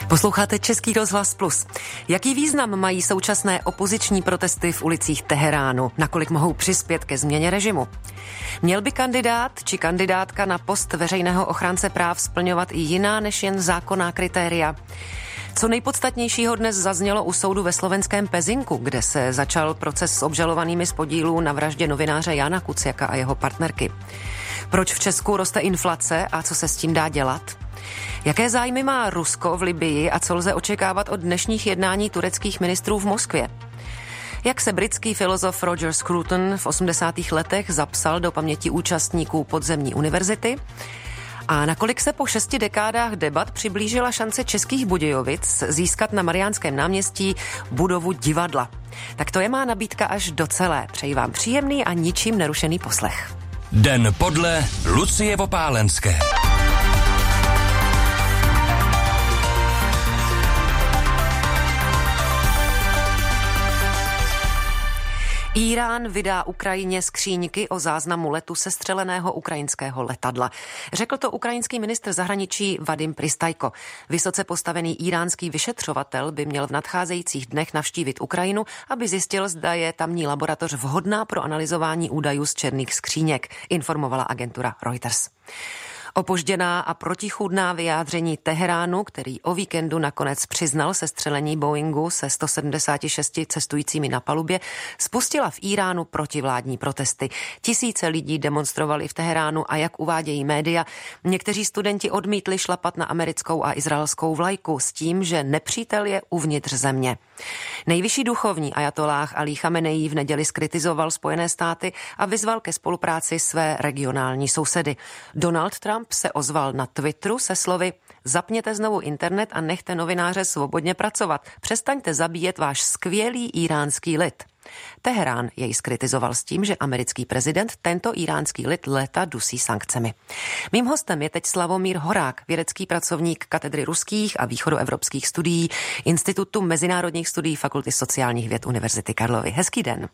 Posloucháte Český rozhlas Plus. Jaký význam mají současné opoziční protesty v ulicích Teheránu? Nakolik mohou přispět ke změně režimu? Měl by kandidát či kandidátka na post veřejného ochránce práv splňovat i jiná než jen zákonná kritéria? Co nejpodstatnějšího dnes zaznělo u soudu ve slovenském Pezinku, kde se začal proces s obžalovanými z podílů na vraždě novináře Jana Kuciaka a jeho partnerky. Proč v Česku roste inflace a co se s tím dá dělat? Jaké zájmy má Rusko v Libyi a co lze očekávat od dnešních jednání tureckých ministrů v Moskvě? Jak se britský filozof Roger Scruton v 80. letech zapsal do paměti účastníků podzemní univerzity? A nakolik se po 6 dekádách debat přiblížila šance Českých Budějovic získat na Mariánském náměstí budovu divadla? Tak to je má nabídka až do celé. Přeji vám příjemný a ničím nerušený poslech. Den podle Lucie Vopálenské. Írán vydá Ukrajině skříňky o záznamu letu sestřeleného ukrajinského letadla. Řekl to ukrajinský ministr zahraničí Vadim Pristajko. Vysoce postavený íránský vyšetřovatel by měl v nadcházejících dnech navštívit Ukrajinu, aby zjistil, zda je tamní laboratoř vhodná pro analyzování údajů z černých skříněk, informovala agentura Reuters. Opožděná a protichůdná vyjádření Teheránu, který o víkendu nakonec přiznal sestřelení Boeingu se 176 cestujícími na palubě, spustila v Íránu protivládní protesty. Tisíce lidí demonstrovali v Teheránu a jak uvádějí média, někteří studenti odmítli šlapat na americkou a izraelskou vlajku s tím, že nepřítel je uvnitř země. Nejvyšší duchovní ajatolláh Alí Chameneí v neděli zkritizoval Spojené státy a vyzval ke spolupráci své regionální sousedy. Donald Trump se ozval na Twitteru se slovy: zapněte znovu internet a nechte novináře svobodně pracovat. Přestaňte zabíjet váš skvělý íránský lid. Teherán jej zkritizoval s tím, že americký prezident tento íránský lid léta dusí sankcemi. Mým hostem je teď Slavomír Horák, vědecký pracovník katedry ruských a východoevropských studií Institutu mezinárodních studií Fakulty sociálních věd Univerzity Karlovy. Hezký den.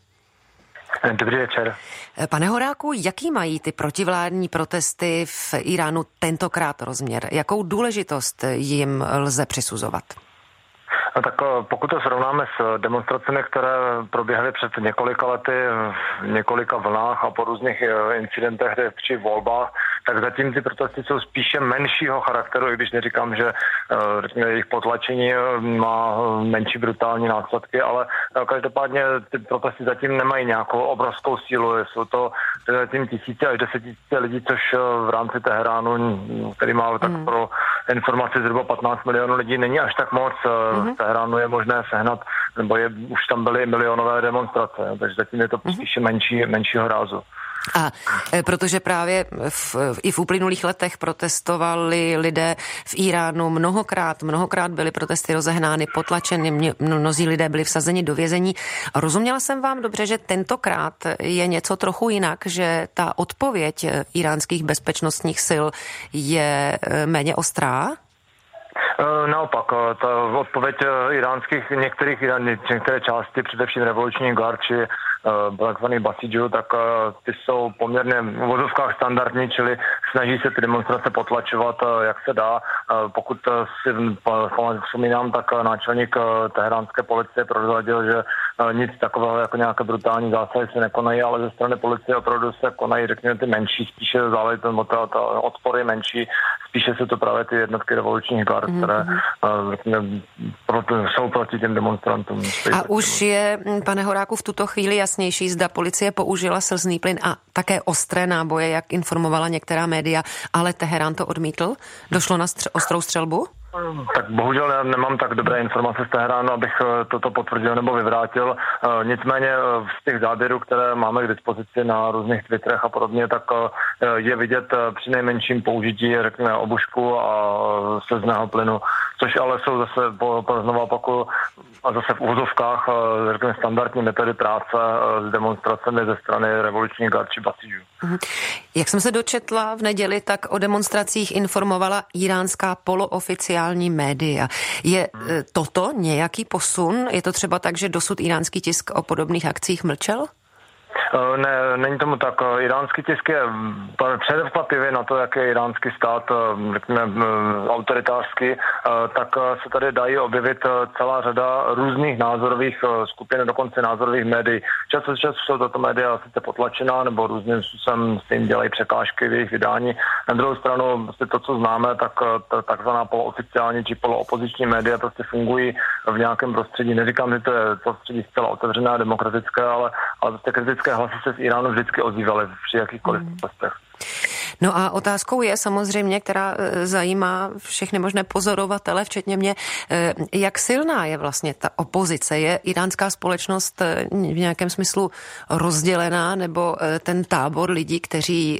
Dobrý večer. Pane Horáku, jaký mají ty protivládní protesty v Íránu tentokrát rozměr? Jakou důležitost jim lze přisuzovat? No tak pokud to srovnáme s demonstracemi, které proběhly před několika lety v několika vlnách a po různých incidentech při volbách, tak zatím ty protesty jsou spíše menšího charakteru, i když neříkám, že jejich potlačení má menší brutální následky, ale každopádně ty protesty zatím nemají nějakou obrovskou sílu. Jsou to zatím tisíce až 10 000 lidí, což v rámci Teheránu, který má tak pro informaci zhruba 15 milionů lidí, není až tak moc. V Teheránu je možné sehnat, nebo už tam byly milionové demonstrace, takže zatím je to spíše menšího rázu. A protože právě i v uplynulých letech protestovali lidé v Íránu mnohokrát byly protesty rozehnány, potlačeny, mnozí lidé byli vsazeni do vězení. Rozuměla jsem vám dobře, že tentokrát je něco trochu jinak, že ta odpověď íránských bezpečnostních sil je méně ostrá? Naopak, ta odpověď některé části, především revoluční gard či takzvaný Basídžů, tak ty jsou poměrně v vozovkách standardní, čili snaží se ty demonstrace potlačovat, jak se dá. Pokud si vzpomínám, tak náčelník teheránské policie prozradil, že nic takového jako nějaké brutální zásahy se nekonají, ale ze strany policie opravdu se konají, řekněme, ty menší, spíše ta odpor je menší, spíše se to právě ty jednotky revolučních gard, které jsou proti těm demonstrantům. A už je, pane Horáku, v tuto chvíli jasnější, zda policie použila slzný plyn a také ostré náboje, jak informovala některá média, ale Teherán to odmítl? Došlo na ostrou střelbu? Tak bohužel nemám tak dobré informace z Teheránu, abych toto potvrdil nebo vyvrátil. Nicméně z těch záběrů, které máme k dispozici na různých Twitterech a podobně, tak je vidět přinejmenším použití, řekněme, obušku a slzného plynu, což ale jsou zase, znovu opakuju, a zase v úzovkách, řekněme, standardní metody práce s demonstracemi ze strany revoluční gard či Basídžů. Jak jsem se dočetla v neděli, tak o demonstracích informovala iránská polooficiální média. Je toto nějaký posun? Je to třeba tak, že dosud iránský tisk o podobných akcích mlčel? Ne, není tomu tak. Iránský tisk je předevkvapivě na to, jak je iránský stát, řekněme, autoritářský, tak se tady dají objevit celá řada různých názorových skupin, dokonce názorových médií. Čas od času jsou tato média sice potlačená, nebo různým způsobem s tím dělají překážky v jejich vydání. Na druhou stranu, prostě to, co známe, tak takzvaná polooficiální či poloopoziční média prostě fungují v nějakém prostředí. Neříkám, že to je prostředí zcela otevřené a demokratické, ale prostě kritické hlasy se z Iránu vždycky ozývaly při jakýchkoliv postech. No a otázkou je samozřejmě, která zajímá všechny možné pozorovatele, včetně mě, jak silná je vlastně ta opozice. Je iránská společnost v nějakém smyslu rozdělená, nebo ten tábor lidí, kteří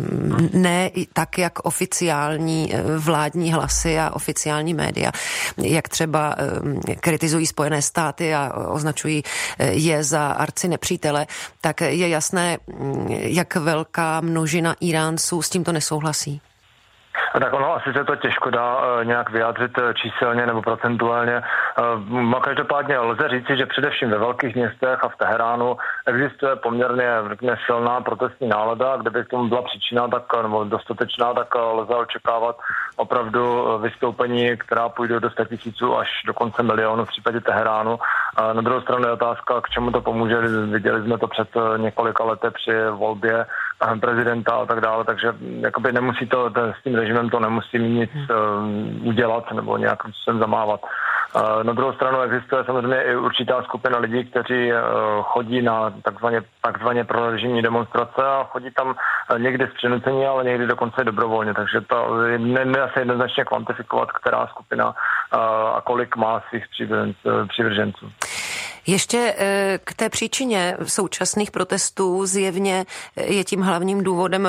ne tak, jak oficiální vládní hlasy a oficiální média, jak třeba kritizují Spojené státy a označují je za arci nepřítele, tak je jasné, jak velká množina Iránců s tímto nesouhlasí. Tak ono asi se to těžko dá nějak vyjádřit číselně nebo procentuálně. Každopádně lze říci, že především ve velkých městech a v Teheránu existuje poměrně silná protestní nálada. Kdyby k tomu byla příčina nebo dostatečná, tak lze očekávat opravdu vystoupení, která půjde do 100 000 až do konce milionu v případě Teheránu. Na druhou stranu je otázka, k čemu to pomůže. Viděli jsme to před několika lety při volbě prezidenta a tak dále, takže jakoby nemusí to, s tím režimem to nemusí nic udělat nebo nějakým způsobem zamávat. Na druhou stranu existuje samozřejmě i určitá skupina lidí, kteří chodí na takzvaně prorežimní demonstrace a chodí tam někdy z přinucení, ale někdy dokonce dobrovolně, takže to nedá se jednoznačně kvantifikovat, která skupina a kolik má svých přivrženců. Ještě k té příčině současných protestů zjevně je tím hlavním důvodem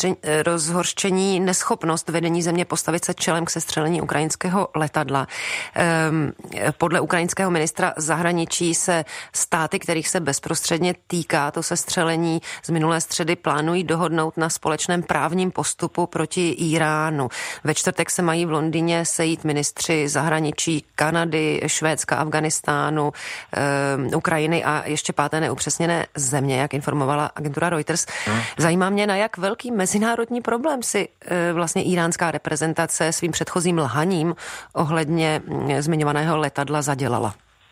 rozhořčení neschopnost vedení země postavit se čelem k sestřelení ukrajinského letadla. Podle ukrajinského ministra zahraničí se státy, kterých se bezprostředně týká to sestřelení z minulé středy, plánují dohodnout na společném právním postupu proti Iránu. Ve čtvrtek se mají v Londýně sejít ministři zahraničí Kanady, Švédska, Afghánistánu, Ukrajiny a ještě 5. neupřesněné země, jak informovala agentura Reuters. Zajímá mě, na jak velký mezinárodní problém si vlastně iránská reprezentace svým předchozím lhaním ohledně zmiňovaného letadla zadělala.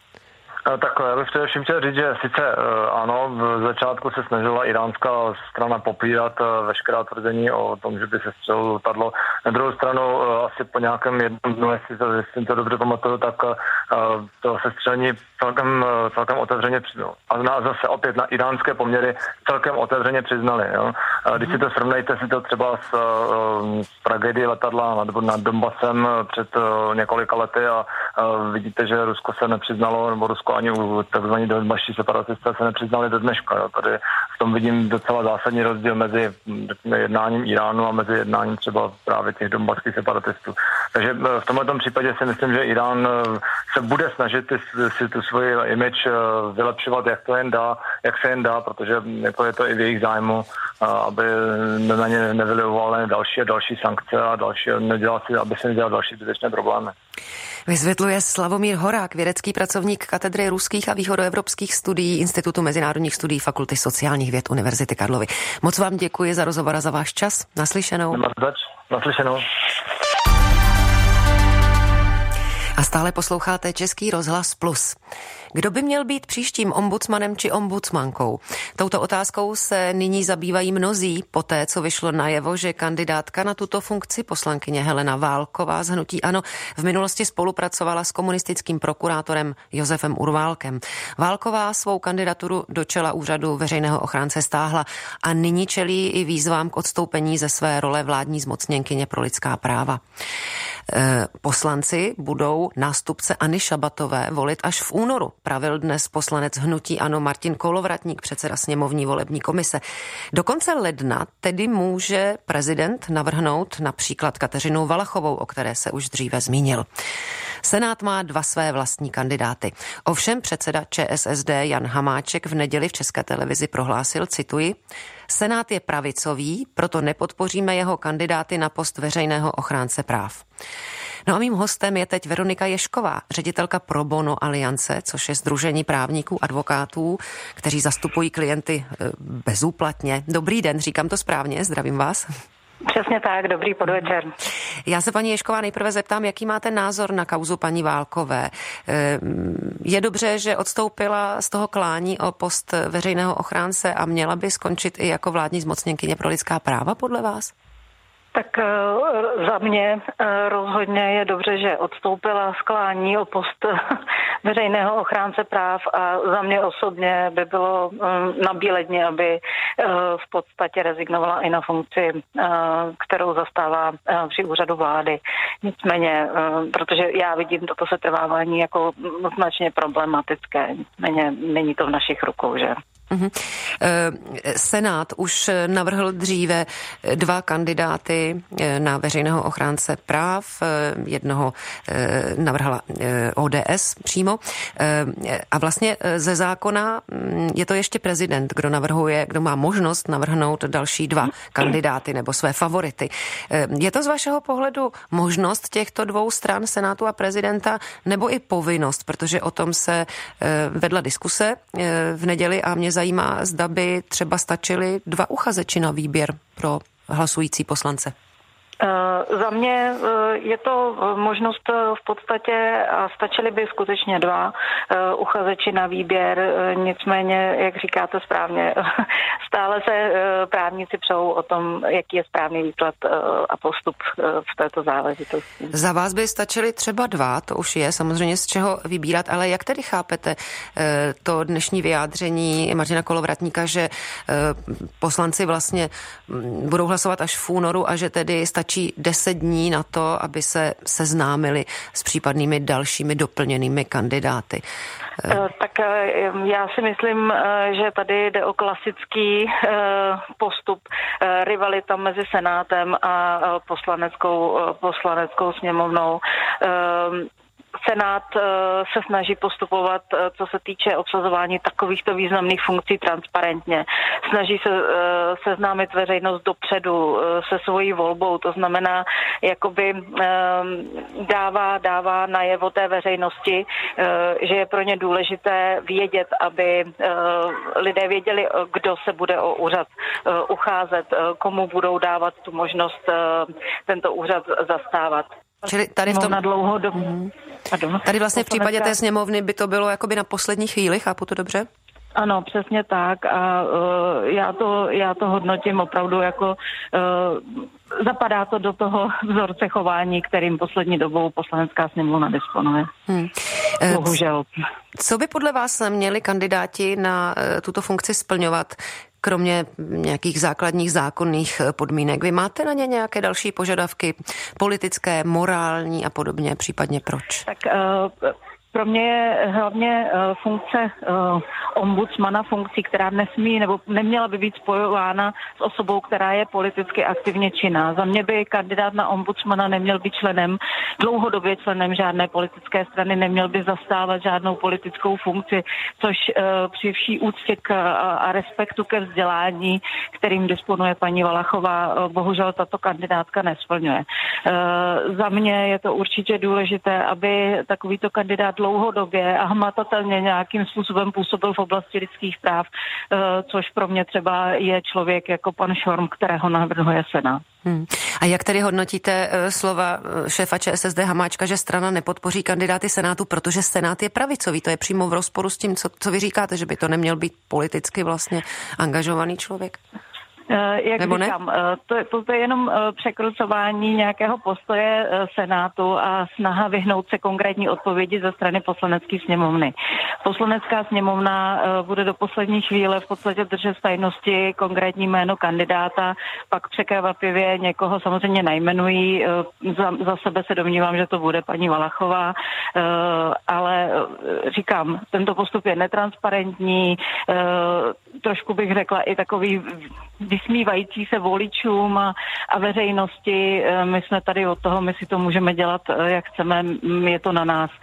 Tak já bych především chtěl říct, že sice ano, v začátku se snažila iránská strana popírat veškerá tvrzení o tom, že by se střelilo letadlo. Na druhou stranu asi po nějakém jednom dnu, jestli to dobře pamatuju, tak to sestřelení celkem otevřeně přiznali. A zase opět na iránské poměry celkem otevřeně přiznali. Jo? Když si to srovnejte si to třeba s tragédií letadla nad Donbasem před několika lety a vidíte, že Rusko se nepřiznalo, nebo Rusko ani takzvaní donbaští separatisté se nepřiznali do dneška. Jo. Tady v tom vidím docela zásadní rozdíl mezi jednáním Iránu a mezi jednáním třeba právě těch donbaských separatistů. Takže v tomto případě si myslím, že Irán se bude snažit si tu svoji image vylepšovat, jak se jen dá, protože jako je to i v jejich zájmu, aby na ně nevylivovaly další a další sankce a další, aby se nedělal další zbytečné problémy. Vysvětluje Slavomír Horák, vědecký pracovník katedry ruských a východoevropských studií Institutu mezinárodních studií Fakulty sociálních věd Univerzity Karlovy. Moc vám děkuji za rozhovor a za váš čas. Naslyšenou. Naslyšenou. A stále posloucháte Český rozhlas Plus. Kdo by měl být příštím ombudsmanem či ombudsmankou? Touto otázkou se nyní zabývají mnozí, poté co vyšlo najevo, že kandidátka na tuto funkci, poslankyně Helena Válková z hnutí ANO, v minulosti spolupracovala s komunistickým prokurátorem Josefem Urválkem. Válková svou kandidaturu do čela úřadu veřejného ochránce stáhla a nyní čelí i výzvám k odstoupení ze své role vládní zmocněnkyně pro lidská práva. Poslanci budou nástupce Anny Šabatové volit až v únoru, pravil dnes poslanec hnutí ANO Martin Kolovratník, předseda sněmovní volební komise. Do konce ledna tedy může prezident navrhnout například Kateřinu Valachovou, o které se už dříve zmínil. Senát má 2 své vlastní kandidáty. Ovšem předseda ČSSD Jan Hamáček v neděli v České televizi prohlásil, cituji, Senát je pravicový, proto nepodpoříme jeho kandidáty na post veřejného ochránce práv. No a mým hostem je teď Veronika Ježková, ředitelka Pro Bono Aliance, což je sdružení právníků, advokátů, kteří zastupují klienty bezúplatně. Dobrý den, říkám to správně, zdravím vás. Přesně tak, dobrý podvečer. Já se paní Ježková nejprve zeptám, jaký máte názor na kauzu paní Válkové. Je dobře, že odstoupila z toho klání o post veřejného ochránce a měla by skončit i jako vládní zmocněnkyně pro lidská práva podle vás? Tak za mě rozhodně je dobře, že odstoupila z klání o post veřejného ochránce práv a za mě osobně by bylo nabíledně, aby v podstatě rezignovala i na funkci, kterou zastává při úřadu vlády. Nicméně, protože já vidím toto setrvávání jako značně problematické, nicméně není to v našich rukou, že? Senát už navrhl dříve 2 kandidáty na veřejného ochránce práv. Jednoho navrhla ODS přímo. A vlastně ze zákona je to ještě prezident, kdo má možnost navrhnout další 2 kandidáty nebo své favority. Je to z vašeho pohledu možnost těchto 2 stran, Senátu a prezidenta, nebo i povinnost? Protože o tom se vedla diskuse v neděli a mě zajímá, zda by třeba stačili 2 uchazeči na výběr pro hlasující poslance. Za mě je to možnost v podstatě a stačily by skutečně 2 uchazeči na výběr, nicméně, jak říkáte správně, stále se právníci přou o tom, jaký je správný výklad a postup v této záležitosti. Za vás by stačily třeba 2, to už je samozřejmě z čeho vybírat, ale jak tedy chápete to dnešní vyjádření Martina Kolovratníka, že poslanci vlastně budou hlasovat až v únoru a že tedy stačí 10 dní na to, aby se seznámili s případnými dalšími doplněnými kandidáty? Tak já si myslím, že tady jde o klasický postup, rivalita mezi Senátem a poslaneckou sněmovnou. Senát se snaží postupovat, co se týče obsazování takovýchto významných funkcí transparentně. Snaží se seznámit veřejnost dopředu se svojí volbou, to znamená, jakoby dává najevo té veřejnosti, že je pro ně důležité vědět, aby lidé věděli, kdo se bude o úřad ucházet, komu budou dávat tu možnost tento úřad zastávat. Čili tady v tom na dlouhou dobu. Tady vlastně v případě té sněmovny by to bylo jakoby na poslední chvíli, chápu to dobře? Ano, přesně tak a já to hodnotím opravdu jako zapadá to do toho vzorce chování, kterým poslední dobou Poslanecká sněmovna disponuje. Bohužel. Co by podle vás měli kandidáti na tuto funkci splňovat, kromě nějakých základních zákonných podmínek? Vy máte na ně nějaké další požadavky politické, morální a podobně, případně proč? Tak pro mě je hlavně funkce ombudsmana funkcí, která nesmí nebo neměla by být spojována s osobou, která je politicky aktivně činná. Za mě by kandidát na ombudsmana neměl být dlouhodobě členem žádné politické strany, neměl by zastávat žádnou politickou funkci, což při vší úctě a respektu ke vzdělání, kterým disponuje paní Valachová, bohužel tato kandidátka nesplňuje. Za mě je to určitě důležité, aby takovýto kandidát dlouhodobě a hmatatelně nějakým způsobem působil v oblasti lidských práv, což pro mě třeba je člověk jako pan Šorm, kterého navrhuje Senát. A jak tedy hodnotíte slova šéfa ČSSD Hamáčka, že strana nepodpoří kandidáty Senátu, protože Senát je pravicový? To je přímo v rozporu s tím, co vy říkáte, že by to neměl být politicky vlastně angažovaný člověk? Jak nebo říkám, to je jenom překrucování nějakého postoje Senátu a snaha vyhnout se konkrétní odpovědi ze strany Poslanecké sněmovny. Poslanecká sněmovna bude do poslední chvíle v podstatě držet v tajnosti konkrétní jméno kandidáta, pak překvapivě někoho samozřejmě najmenují. Za sebe se domnívám, že to bude paní Valachová, ale říkám, tento postup je netransparentní, trošku bych řekla i takový vysmívající se voličům a veřejnosti. My jsme tady od toho, my si to můžeme dělat, jak chceme, je to na nás.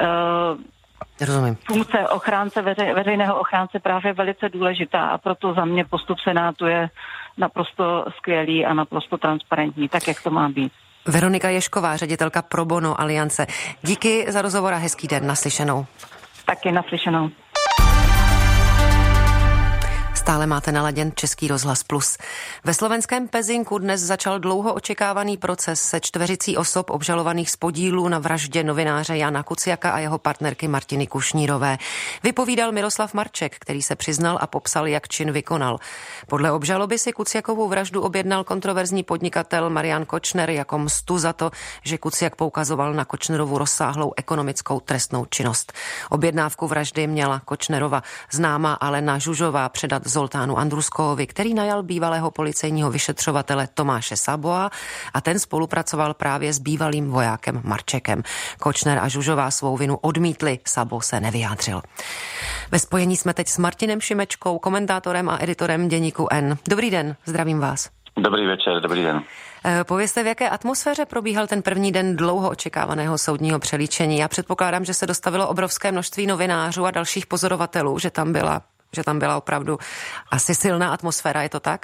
Rozumím. Funkce veřejného ochránce práv je velice důležitá a proto za mě postup Senátu je naprosto skvělý a naprosto transparentní, tak jak to má být. Veronika Ježková, ředitelka Pro Bono Aliance. Díky za rozhovor a hezký den, naslyšenou. Taky naslyšenou. Stále máte naladěn Český rozhlas Plus. Ve slovenském Pezinku dnes začal dlouho očekávaný proces se čtveřicí osob obžalovaných z podílu na vraždě novináře Jana Kuciaka a jeho partnerky Martiny Kušnírové. Vypovídal Miroslav Marček, který se přiznal a popsal, jak čin vykonal. Podle obžaloby si Kuciakovou vraždu objednal kontroverzní podnikatel Marian Kočner jako mstu za to, že Kuciak poukazoval na Kočnerovu rozsáhlou ekonomickou trestnou činnost. Objednávku vraždy měla Kočnerova známá Alena Žužová předat Zoltánu Andruskovi, který najal bývalého policejního vyšetřovatele Tomáše Saboa a ten spolupracoval právě s bývalým vojákem Marčekem. Kočner a Žužová svou vinu odmítli, Sabo se nevyjádřil. Ve spojení jsme teď s Martinem Šimečkou, komentátorem a editorem deníku N. Dobrý den, zdravím vás. Dobrý večer, dobrý den. Povězte, v jaké atmosféře probíhal ten první den dlouho očekávaného soudního přelíčení? Já předpokládám, že se dostavilo obrovské množství novinářů a dalších pozorovatelů, že tam byla opravdu asi silná atmosféra, je to tak?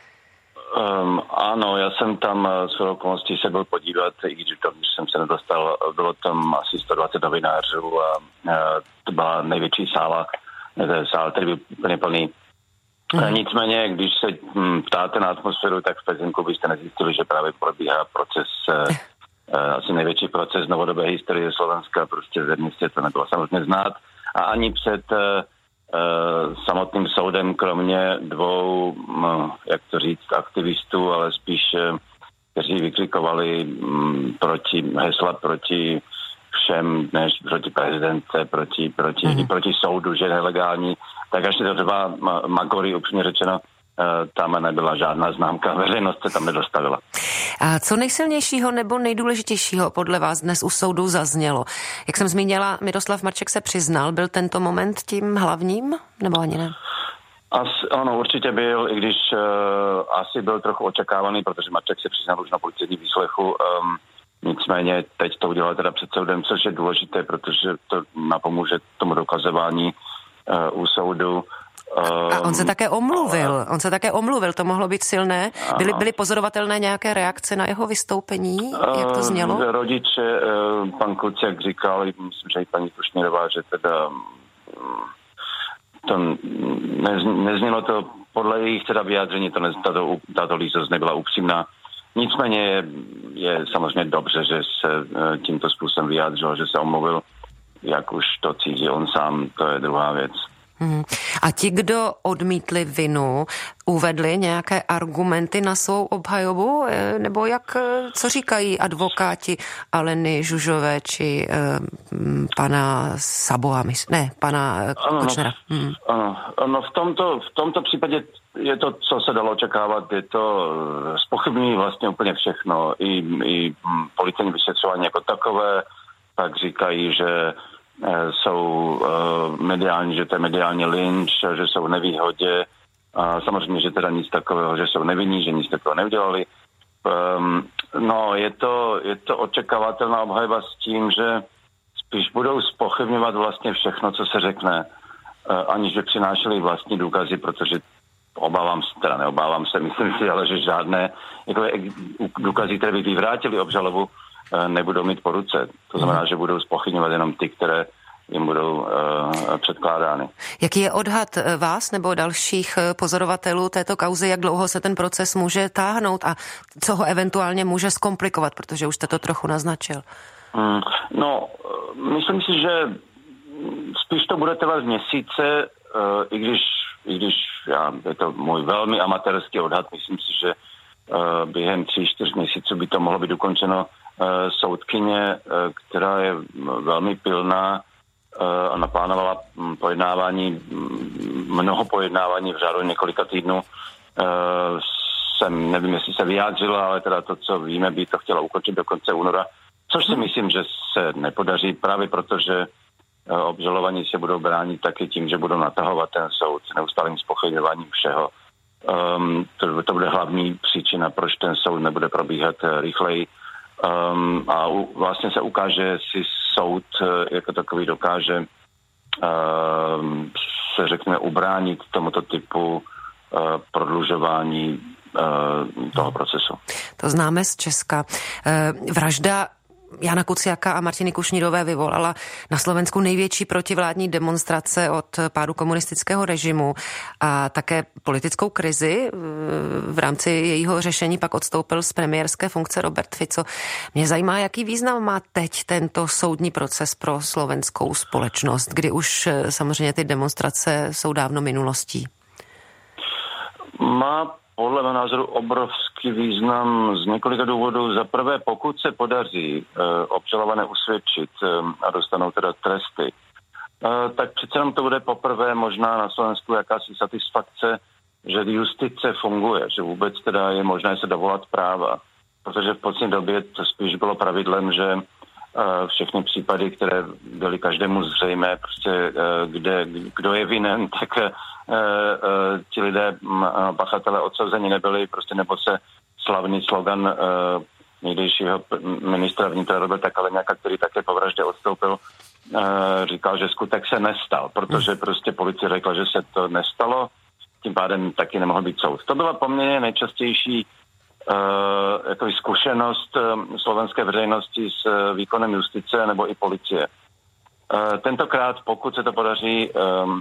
Ano, já jsem tam s okolností se byl podívat, i když jsem se nedostal, bylo tam asi 120 novinářů a to byla největší sála, který byl úplně plný. Nicméně, když se ptáte na atmosféru, tak v Pezinku byste nezjistili, že právě probíhá proces, asi největší proces novodobé historie Slovenska, prostě ze městě to nebylo samozřejmě znát a ani před samotným soudem, kromě dvou, jak to říct, aktivistů, ale spíš, kteří vykrikovali hesla proti všem, než proti prezidentce, proti soudu, že je nelegální, tak až to třeba Magori, upřímně řečeno, tam nebyla žádná známka, veřejnost se tam nedostavila. A co nejsilnějšího nebo nejdůležitějšího podle vás dnes u soudu zaznělo? Jak jsem zmínila, Miroslav Marček se přiznal, byl tento moment tím hlavním, nebo ani ne? Ano, určitě byl, i když asi byl trochu očekávaný, protože Marček se přiznal už na policejní výslechu, nicméně teď to udělal teda před soudem, což je důležité, protože to napomůže tomu dokazování u soudu. A on se také omluvil, to mohlo být silné. Byly pozorovatelné nějaké reakce na jeho vystoupení? Jak to znělo? Rodiče, pan Kuciak říkal, myslím, že i paní Kušnírová, že teda to neznělo to podle jejich teda vyjádření, tato lítost nebyla upřímná. Nicméně je samozřejmě dobře, že se tímto způsobem vyjádřil, že se omluvil, jak už to cítí on sám, to je druhá věc. A ti, kdo odmítli vinu, uvedli nějaké argumenty na svou obhajobu? Nebo co říkají advokáti Aleny Žužové či pana Saboa, pana Kočnera? Ano, v tomto případě je to, co se dalo očekávat, je to zpochybňují vlastně úplně všechno. I policejní vyšetřování jako takové, tak říkají, že jsou mediální, že to je mediální lynč, že jsou v nevýhodě. A samozřejmě, že teda nic takového, že jsou nevinní, že nic takového neudělali. No, je to očekávatelná obhajoba s tím, že spíš budou zpochybňovat vlastně všechno, co se řekne, aniž by přinášeli vlastní důkazy, protože neobávám se, myslím si, ale že žádné důkazy, které by vyvrátili obžalobu, nebudou mít po ruce. To znamená, že budou zpochybňovat jenom ty, které jim budou předkládány. Jaký je odhad vás nebo dalších pozorovatelů této kauzy, jak dlouho se ten proces může táhnout a co ho eventuálně může zkomplikovat, protože už jste to trochu naznačil? No, myslím si, že spíš to bude trvat měsíce, i když je to můj velmi amatérský odhad, myslím si, že během 3-4 měsíců by to mohlo být ukončeno. Soudkyně, která je velmi pilná a naplánovala mnoho pojednávání v řádu několika týdnů. Nevím, jestli se vyjádřila, ale teda to, co víme, by to chtěla ukončit do konce února, což si myslím, že se nepodaří právě proto, že obžalovaní se budou bránit taky tím, že budou natahovat ten soud s neustálým zpochybňováním všeho. To bude hlavní příčina, proč ten soud nebude probíhat rychleji. A vlastně se ukáže, jestli soud jako takový dokáže se řekne ubránit tomuto typu prodlužování toho procesu. To známe z Česka. Vražda Jana Kuciaka a Martiny Kušnírové vyvolala na Slovensku největší protivládní demonstrace od pádu komunistického režimu a také politickou krizi. V rámci jejího řešení pak odstoupil z premiérské funkce Robert Fico. Mě zajímá, jaký význam má teď tento soudní proces pro slovenskou společnost, kdy už samozřejmě ty demonstrace jsou dávno minulostí. Má podle mého názoru obrovský význam z několika důvodů. Za prvé, pokud se podaří obžalované usvědčit a dostanou teda tresty, tak přece jenom to bude poprvé možná na Slovensku jakási satisfakce, že justice funguje, že vůbec teda je možné se dovolat práva. Protože v poslední době to spíš bylo pravidlem, že všechny případy, které byly každému zřejmé, prostě kdo je vinen, tak ti lidé, pachatelé odsouzení nebyli, prostě nebo se slavný slogan někdejšího ministra vnitra Roberta Kaliňáka, který také po vraždě odstoupil, říkal, že skutek se nestal, protože prostě policie řekla, že se to nestalo, tím pádem taky nemohl být soud. To byla poměrně nejčastější jako zkušenost slovenské veřejnosti s výkonem justice nebo i policie. Tentokrát, pokud se to podaří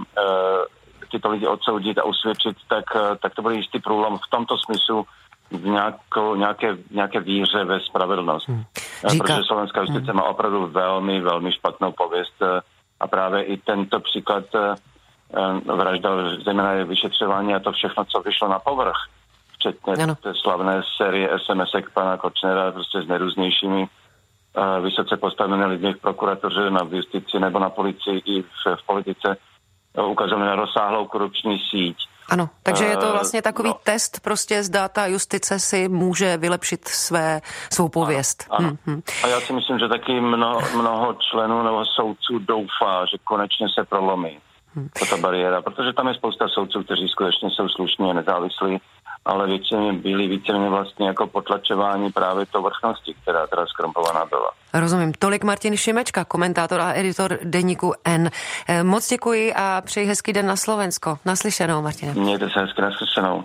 tyto lidi odsoudit a usvědčit, tak to byl jistý průlom v tomto smyslu v nějaké víře ve spravedlnost. Protože slovenská justice má opravdu velmi, velmi špatnou pověst a právě i tento příklad vražda, zejména vyšetřování a to všechno, co vyšlo na povrch, včetně té slavné série SMS-ek pana Kočnera prostě s nejrůznějšími vysoce postavenými lidmi v prokuratuře, na justici nebo na policii i v politice, ukazuje na rozsáhlou korupční síť. Ano, takže je to vlastně takový test, prostě zda ta justice si může vylepšit svou pověst. Ano. A já si myslím, že taky mnoho členů nebo soudců doufá, že konečně se prolomí ta bariéra, protože tam je spousta soudců, kteří skutečně jsou slušní a nezávislí, ale byli víceméně vlastně jako potlačování právě to vrchnosti, která teda zkorumpovaná byla. Rozumím. Tolik Martin Šimečka, komentátor a editor deníku N. Moc děkuji a přeji hezký den na Slovensko. Naslyšenou, Martine. Mějte se hezky, naslyšenou.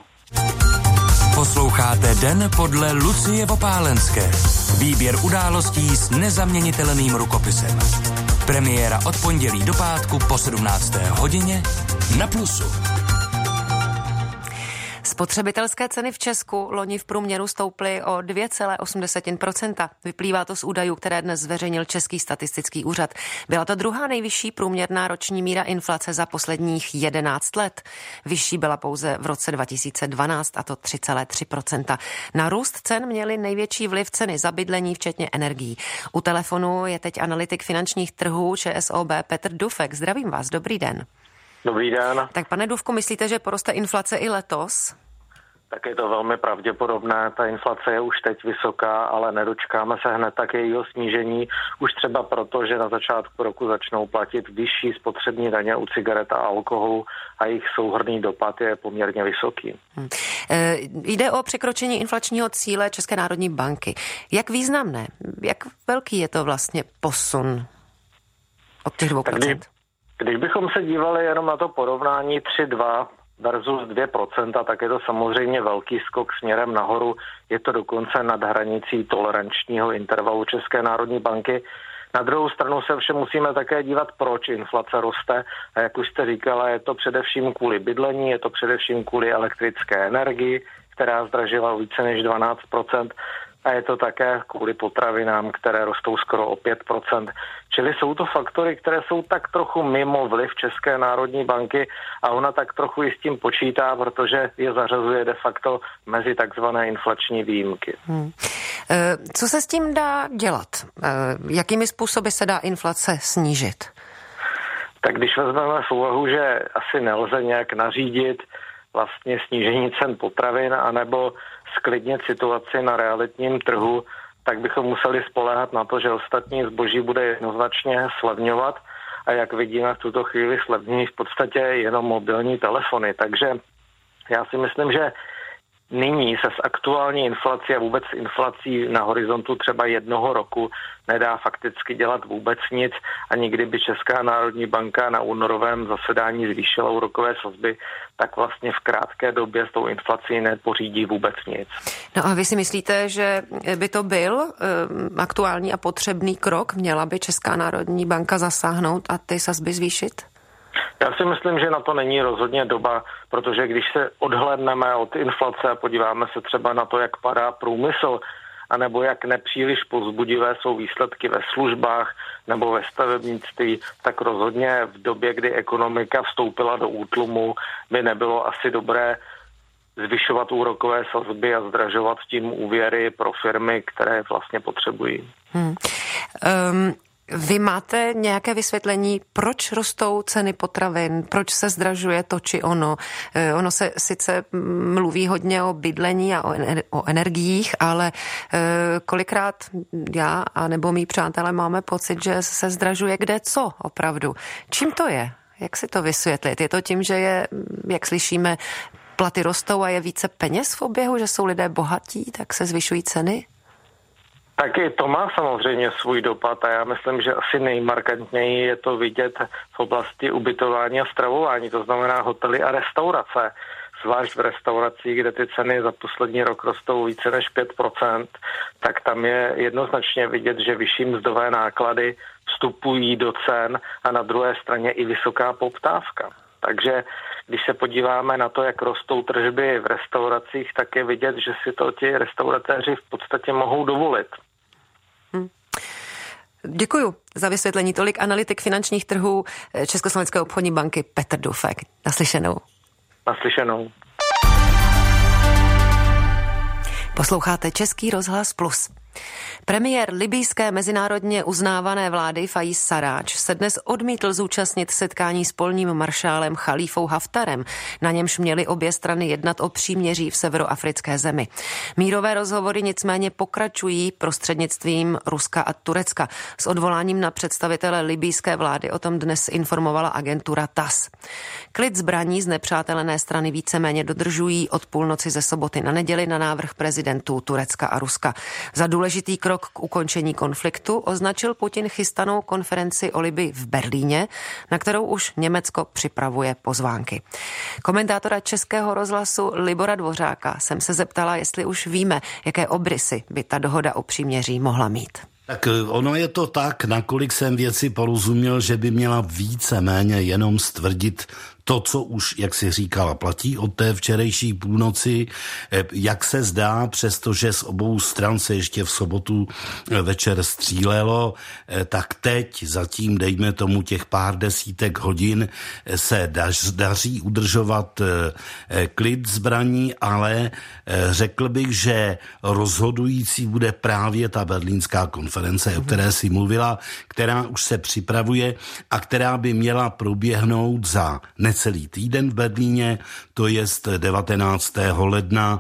Posloucháte Den podle Lucie Vopálenské. Výběr událostí s nezaměnitelným rukopisem. Premiéra od pondělí do pátku po 17. hodině na Plusu. Spotřebitelské ceny v Česku loni v průměru stouply o 2,8%. Vyplývá to z údajů, které dnes zveřejnil Český statistický úřad. Byla to druhá nejvyšší průměrná roční míra inflace za posledních 11 let. Vyšší byla pouze v roce 2012, a to 3,3%. Na růst cen měly největší vliv ceny za bydlení, včetně energií. U telefonu je teď analytik finančních trhů ČSOB Petr Dufek. Zdravím vás, dobrý den. Dobrý den. Tak pane Dufku, myslíte, že poroste inflace i letos? Tak je to velmi pravděpodobné. Ta inflace je už teď vysoká, ale nedočkáme se hned tak jejího snížení. Už třeba proto, že na začátku roku začnou platit vyšší spotřební daně u cigaret a alkoholu a jejich souhrnný dopad je poměrně vysoký. Jde o překročení inflačního cíle České národní banky. Jak významné, jak velký je to vlastně posun od těch 2%? Když bychom se dívali jenom na to porovnání 3,2 versus 2%, tak je to samozřejmě velký skok směrem nahoru. Je to dokonce nad hranicí tolerančního intervalu České národní banky. Na druhou stranu se všem musíme také dívat, proč inflace roste. A jak už jste říkala, je to především kvůli bydlení, je to především kvůli elektrické energii, která zdražila více než 12%. A je to také kvůli potravinám, které rostou skoro o 5%. Čili jsou to faktory, které jsou tak trochu mimo vliv České národní banky a ona tak trochu i s tím počítá, protože je zařazuje de facto mezi takzvané inflační výjimky. Co se s tím dá dělat? Jakými způsoby se dá inflace snížit? Tak když vezmeme v úvahu, že asi nelze nějak nařídit vlastně snížení cen potravin anebo sklidnit situaci na realitním trhu, tak bychom museli spoléhat na to, že ostatní zboží bude jednoznačně slevňovat a jak vidíme v tuto chvíli slevňují v podstatě jenom mobilní telefony. Takže já si myslím, že nyní se s aktuální inflací a vůbec inflací na horizontu třeba 1 roku nedá fakticky dělat vůbec nic a nikdy by Česká národní banka na únorovém zasedání zvýšila úrokové sazby, tak vlastně v krátké době s tou inflací nepořídí vůbec nic. No a vy si myslíte, že by to byl aktuální a potřebný krok? Měla by Česká národní banka zasáhnout a ty sazby zvýšit? Já si myslím, že na to není rozhodně doba, protože když se odhlédneme od inflace a podíváme se třeba na to, jak padá průmysl, anebo jak nepříliš povzbudivé jsou výsledky ve službách nebo ve stavebnictví, tak rozhodně v době, kdy ekonomika vstoupila do útlumu, by nebylo asi dobré zvyšovat úrokové sazby a zdražovat tím úvěry pro firmy, které vlastně potřebují. Vy máte nějaké vysvětlení, proč rostou ceny potravin, proč se zdražuje to či ono? Ono se sice mluví hodně o bydlení a o energiích, ale kolikrát já a nebo mý přátelé máme pocit, že se zdražuje kde co opravdu. Čím to je? Jak si to vysvětlit? Je to tím, že je, jak slyšíme, platy rostou a je více peněz v oběhu, že jsou lidé bohatí, tak se zvyšují ceny? Taky to má samozřejmě svůj dopad a já myslím, že asi nejmarkantněji je to vidět v oblasti ubytování a stravování, to znamená hotely a restaurace. Zvlášť v restauracích, kde ty ceny za poslední rok rostou více než 5%, tak tam je jednoznačně vidět, že vyšší mzdové náklady vstupují do cen a na druhé straně i vysoká poptávka. Takže když se podíváme na to, jak rostou tržby v restauracích, tak je vidět, že si to ti restauratéři v podstatě mohou dovolit. Děkuju za vysvětlení. Tolik analytik finančních trhů Československé obchodní banky Petr Dufek. Naslyšenou. Naslyšenou. Posloucháte Český rozhlas Plus. Premiér libýské mezinárodně uznávané vlády Faiz Sarraj se dnes odmítl zúčastnit setkání s polním maršálem Chalífou Haftarem, na němž měly obě strany jednat o příměří v severoafrické zemi. Mírové rozhovory nicméně pokračují prostřednictvím Ruska a Turecka. S odvoláním na představitele libýské vlády o tom dnes informovala agentura TASS. Klid zbraní z nepřátelené strany víceméně dodržují od půlnoci ze soboty na neděli na návrh prezidentů Turecka a Ruska. Za důležitý krok k ukončení konfliktu označil Putin chystanou konferenci o Libii v Berlíně, na kterou už Německo připravuje pozvánky. Komentátora Českého rozhlasu Libora Dvořáka jsem se zeptala, jestli už víme, jaké obrysy by ta dohoda o příměří mohla mít. Tak ono je to tak, nakolik jsem věci porozuměl, že by měla víceméně jenom stvrdit to, co už, jak si říkala, platí od té včerejší půlnoci, jak se zdá, přestože z obou stran se ještě v sobotu večer střílelo, tak teď zatím, dejme tomu těch pár desítek hodin, se daří udržovat klid zbraní, ale řekl bych, že rozhodující bude právě ta berlínská konference, o které si mluvila, která už se připravuje a která by měla proběhnout za celý týden v Berlíně, to jest 19. ledna.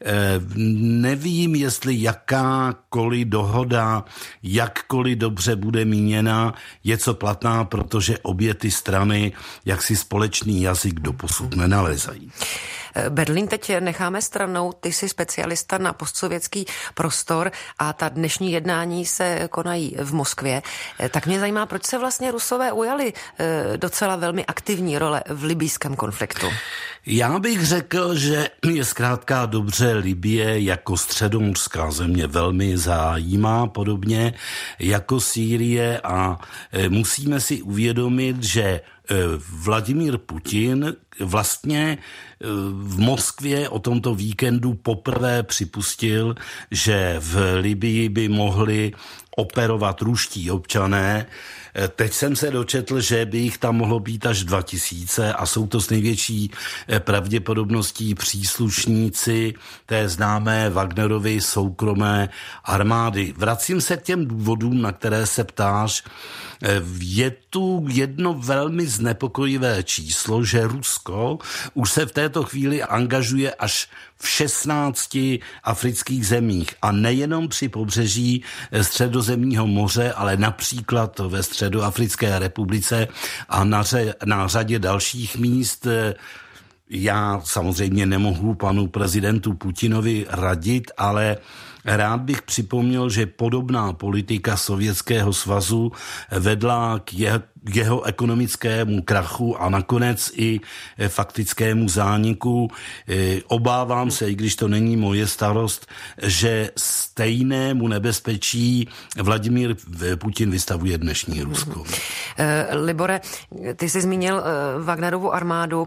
Nevím, jestli jakákoliv dohoda, jakkoliv dobře bude míněna, je co platná, protože obě ty strany jaksi společný jazyk doposud nenalezají. Berlín teď necháme stranou, ty jsi specialista na postsovětský prostor a ta dnešní jednání se konají v Moskvě. Tak mě zajímá, proč se vlastně Rusové ujali docela velmi aktivní role v libýském konfliktu. Já bych řekl, že je zkrátka dobře Libye jako středomořská země velmi zajímá, podobně jako Sýrie a musíme si uvědomit, že Vladimír Putin vlastně v Moskvě o tomto víkendu poprvé připustil, že v Libyi by mohli operovat ruští občané. Teď jsem se dočetl, že by jich tam mohlo být až 2000 a jsou to s největší pravděpodobností příslušníci té známé Wagnerovy soukromé armády. Vracím se k těm důvodům, na které se ptáš. Je tu jedno velmi znepokojivé číslo, že Rusko už se v této chvíli angažuje až v 16 afrických zemích a nejenom při pobřeží Středozemního moře, ale například ve Středoafrické republice a na řadě dalších míst. Já samozřejmě nemohu panu prezidentu Putinovi radit, ale rád bych připomněl, že podobná politika Sovětského svazu vedla k jeho ekonomickému krachu a nakonec i faktickému zániku. Obávám se, i když to není moje starost, že stejnému nebezpečí Vladimír Putin vystavuje dnešní Rusko. Libore, ty jsi zmínil Wagnerovu armádu.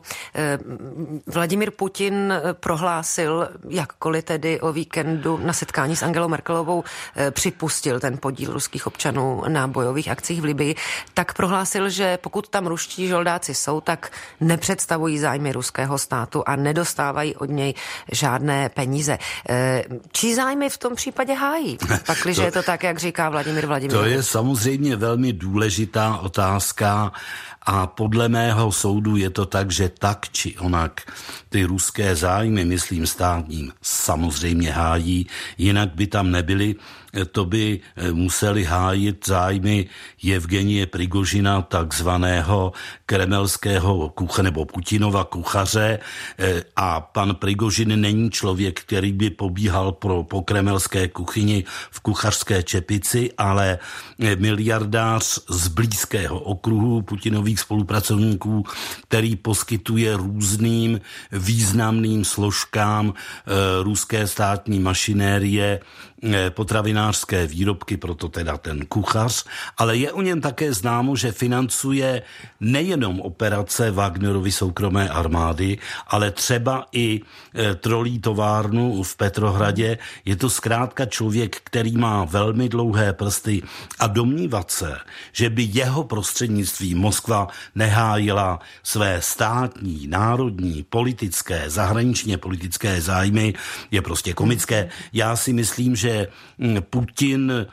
Vladimír Putin prohlásil, jakkoliv tedy o víkendu na setkání s Angelou Merkelovou připustil ten podíl ruských občanů na bojových akcích v Libyi, tak prohlásil, že pokud tam ruští žoldáci jsou, tak nepředstavují zájmy ruského státu a nedostávají od něj žádné peníze. Čí zájmy v tom případě hájí? Pakliže je to tak, jak říká Vladimír Vladimirovič. To je samozřejmě velmi důležitá otázka a podle mého soudu je to tak, že tak či onak ty ruské zájmy, myslím státním, samozřejmě hájí, jinak by tam nebyly. To by museli hájit zájmy Jevgenie Prigožina, takzvaného kremelského nebo Putinova kuchaře, a pan Prigožin není člověk, který by pobíhal po kremelské kuchyni v kuchařské čepici, ale miliardář z blízkého okruhu Putinových spolupracovníků, který poskytuje různým významným složkám ruské státní mašinérie potravinářské výrobky, proto teda ten kuchař, ale je o něm také známo, že financuje nejenom operace Wagnerovy soukromé armády, ale třeba i trolí továrnu v Petrohradě. Je to zkrátka člověk, který má velmi dlouhé prsty a domnívat se, že by jeho prostřednictvím Moskva nehájila své státní, národní, politické, zahraničně politické zájmy, je prostě komické. Já si myslím, že Putin,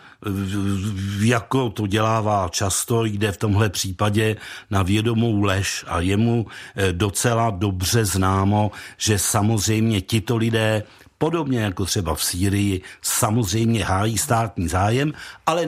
jako to dělává často, jde v tomhle případě na vědomou lež a je mu docela dobře známo, že samozřejmě tito lidé, podobně jako třeba v Sýrii, samozřejmě hájí státní zájem, ale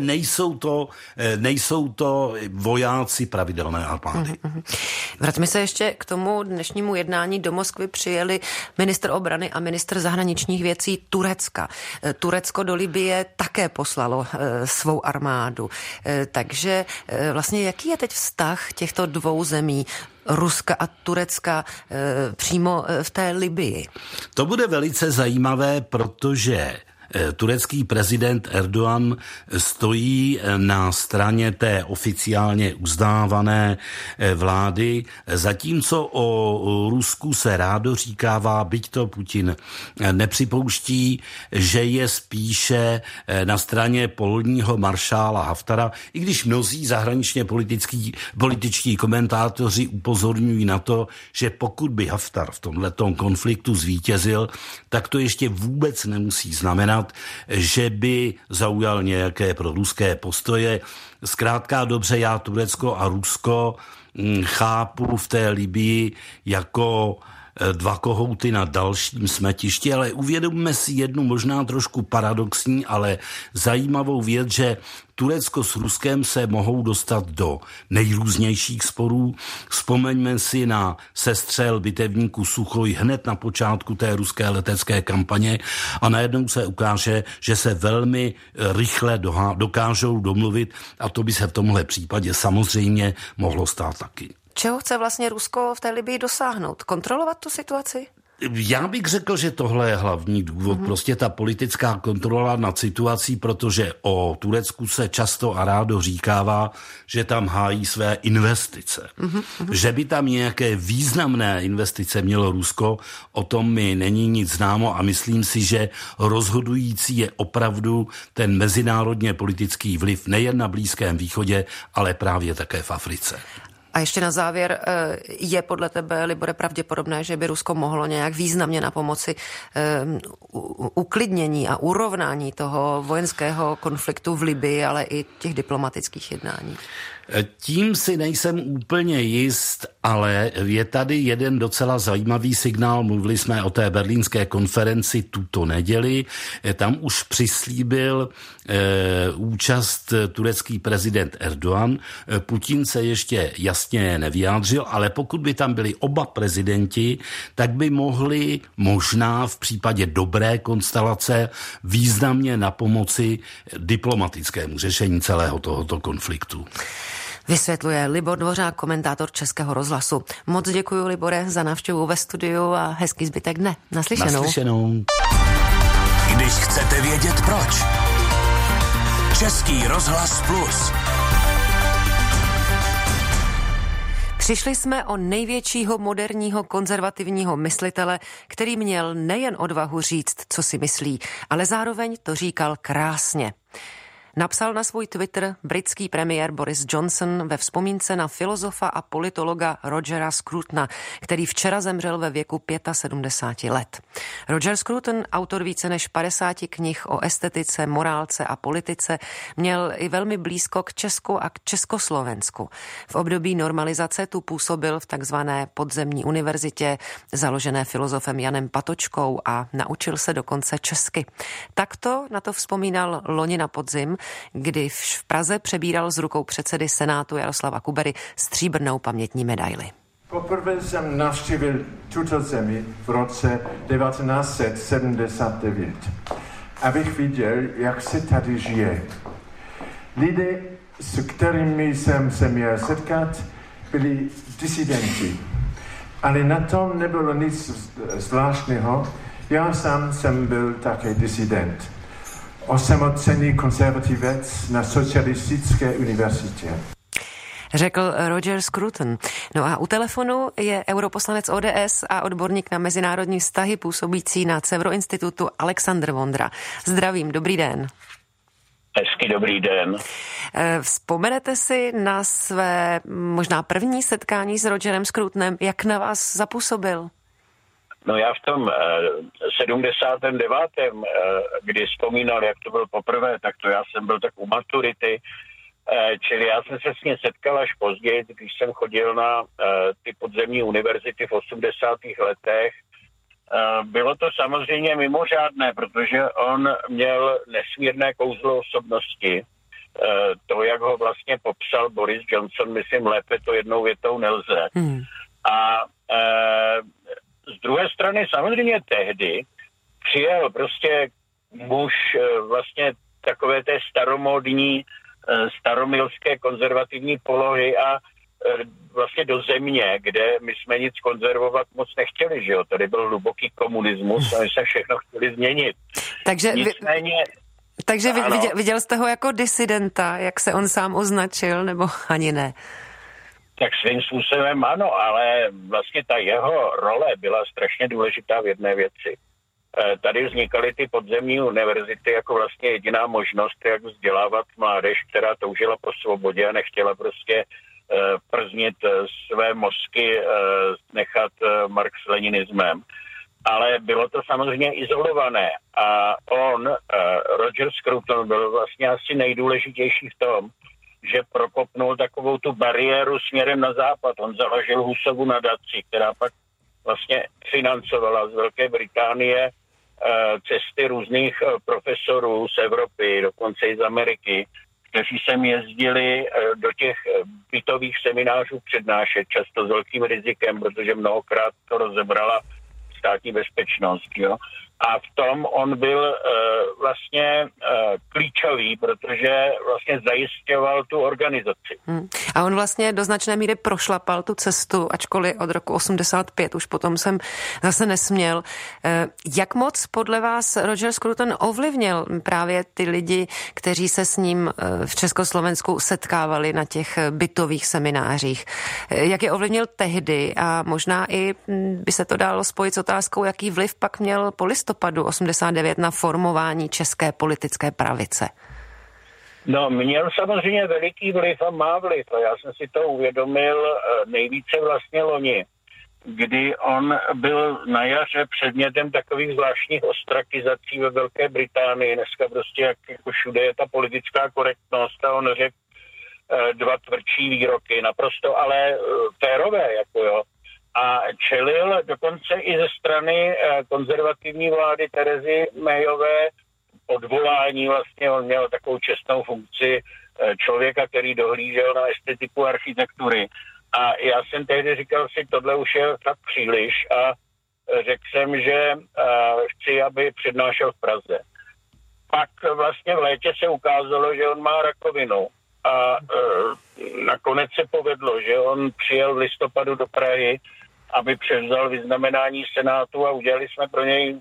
nejsou to vojáci pravidelné armády. Vraťme se ještě k tomu dnešnímu jednání. Do Moskvy přijeli ministr obrany a ministr zahraničních věcí Turecka. Turecko do Libye také poslalo svou armádu. Takže vlastně jaký je teď vztah těchto dvou zemí, Ruska a Turecka, přímo v té Libyi? To bude velice zajímavé, protože turecký prezident Erdogan stojí na straně té oficiálně uznávané vlády, zatímco o Rusku se rádo říkává, byť to Putin nepřipouští, že je spíše na straně polního maršála Haftara, i když mnozí zahraničně političtí komentátoři upozorňují na to, že pokud by Haftar v tomhletom konfliktu zvítězil, tak to ještě vůbec nemusí znamenat, že by zaujal nějaké proruské postoje. Zkrátka dobře, já Turecko a Rusko chápu v té Libyi jako dva kohouty na dalším smetišti, ale uvědomme si jednu možná trošku paradoxní, ale zajímavou věc, že Turecko s Ruskem se mohou dostat do nejrůznějších sporů. Vzpomeňme si na sestřel bitevníku Suchoj hned na počátku té ruské letecké kampaně a najednou se ukáže, že se velmi rychle dokážou domluvit a to by se v tomhle případě samozřejmě mohlo stát taky. Čeho chce vlastně Rusko v té Libyi dosáhnout? Kontrolovat tu situaci? Já bych řekl, že tohle je hlavní důvod. Prostě ta politická kontrola nad situací, protože o Turecku se často a rádo říkává, že tam hájí své investice. Že by tam nějaké významné investice mělo Rusko, o tom mi není nic známo a myslím si, že rozhodující je opravdu ten mezinárodně politický vliv nejen na Blízkém východě, ale právě také v Africe. A ještě na závěr, je podle tebe, Libore, pravděpodobné, že by Rusko mohlo nějak významně na pomoci uklidnění a urovnání toho vojenského konfliktu v Libyi, ale i těch diplomatických jednání? Tím si nejsem úplně jist, ale je tady jeden docela zajímavý signál. Mluvili jsme o té berlínské konferenci tuto neděli. Tam už přislíbil účast turecký prezident Erdogan. Putin se ještě jasně nevyjádřil, ale pokud by tam byli oba prezidenti, tak by mohli možná v případě dobré konstelace významně napomoci diplomatickému řešení celého tohoto konfliktu. Vysvětluje Libor Dvořák, komentátor Českého rozhlasu. Moc děkuji, Libore, za návštěvu ve studiu a hezký zbytek dne. Naslyšenou. Naslyšenou. Když chcete vědět proč. Český rozhlas Plus. Přišli jsme o největšího moderního konzervativního myslitele, který měl nejen odvahu říct, co si myslí, ale zároveň to říkal krásně. Napsal na svůj Twitter britský premiér Boris Johnson ve vzpomínce na filozofa a politologa Rogera Scrutona, který včera zemřel ve věku 75 let. Roger Scruton, autor více než 50 knih o estetice, morálce a politice, měl i velmi blízko k Česku a k Československu. V období normalizace tu působil v takzvané podzemní univerzitě, založené filozofem Janem Patočkou, a naučil se dokonce česky. Takto na to vzpomínal loni na podzim, kdy v Praze přebíral z rukou předsedy Senátu Jaroslava Kubery stříbrnou pamětní medaili. Poprvé jsem navštívil tuto zemi v roce 1979, abych viděl, jak se tady žije. Lidé, s kterými jsem se měl setkat, byli disidenti, ale na tom nebylo nic zvláštního. Já sám jsem byl také disident. Osamocený konzervativec na socialistické univerzitě. Řekl Roger Scruton. No a u telefonu je europoslanec ODS a odborník na mezinárodní vztahy působící na Cevro institutu Alexandr Vondra. Zdravím, dobrý den. Hezký dobrý den. Vzpomenete si na své možná první setkání s Rogerem Scrutonem, jak na vás zapůsobil? No já v tom 79., kdy vzpomínal, jak to bylo poprvé, tak to já jsem byl tak u maturity, čili já jsem se s ním setkal až později, když jsem chodil na ty podzemní univerzity v 80. letech. Bylo to samozřejmě mimořádné, protože on měl nesmírné kouzlo osobnosti. To, jak ho vlastně popsal Boris Johnson, myslím, lépe to jednou větou nelze. A z druhé strany samozřejmě tehdy přijel prostě muž vlastně takové té staromódní, staromilské konzervativní polohy a vlastně do země, kde my jsme nic konzervovat moc nechtěli, že jo? Tady byl hluboký komunismus a my se všechno chtěli změnit. Takže nicméně... Takže viděl jste ho jako disidenta, jak se on sám označil, nebo ani ne? Tak svým způsobem ano, ale vlastně ta jeho role byla strašně důležitá v jedné věci. Tady vznikaly ty podzemní univerzity jako vlastně jediná možnost, jak vzdělávat mládež, která toužila po svobodě a nechtěla prostě prznit své mozky, nechat marx-leninismem. Ale bylo to samozřejmě izolované a Roger Scruton, byl vlastně asi nejdůležitější v tom, že prokopnul takovou tu bariéru směrem na západ. On založil Hussovu nadaci, která pak vlastně financovala z Velké Británie cesty různých profesorů z Evropy, dokonce i z Ameriky, kteří sem jezdili do těch bytových seminářů přednášet, často s velkým rizikem, protože mnohokrát to rozebrala státní bezpečnost. Jo? A v tom on byl vlastně klíčový, protože vlastně zajišťoval tu organizaci. A on vlastně do značné míry prošlapal tu cestu, ačkoliv od roku 85 už potom jsem zase nesměl. Jak moc podle vás Roger Scruton ovlivnil právě ty lidi, kteří se s ním v Československu setkávali na těch bytových seminářích? Jak je ovlivnil tehdy a možná i by se to dalo spojit s otázkou, jaký vliv pak měl po listopadu 89 na formování české politické pravice? No, měl samozřejmě veliký vliv a má vliv. A já jsem si to uvědomil nejvíce vlastně loni, kdy on byl na jaře předmětem takových zvláštních ostrakizací ve Velké Británii. Dneska prostě jako všude je ta politická korektnost a on řekl, dva tvrdší výroky, naprosto ale férové, jako jo. A čelil dokonce i ze strany konzervativní vlády Terezy Mayové odvolání, vlastně on měl takovou čestnou funkci člověka, který dohlížel na estetiku architektury. A já jsem tehdy říkal si, tohle už je tak příliš a řekl jsem, že chci, aby přednášel v Praze. Pak vlastně v létě se ukázalo, že on má rakovinu a nakonec se povedlo, že on přijel v listopadu do Prahy, aby převzal vyznamenání Senátu a udělali jsme pro něj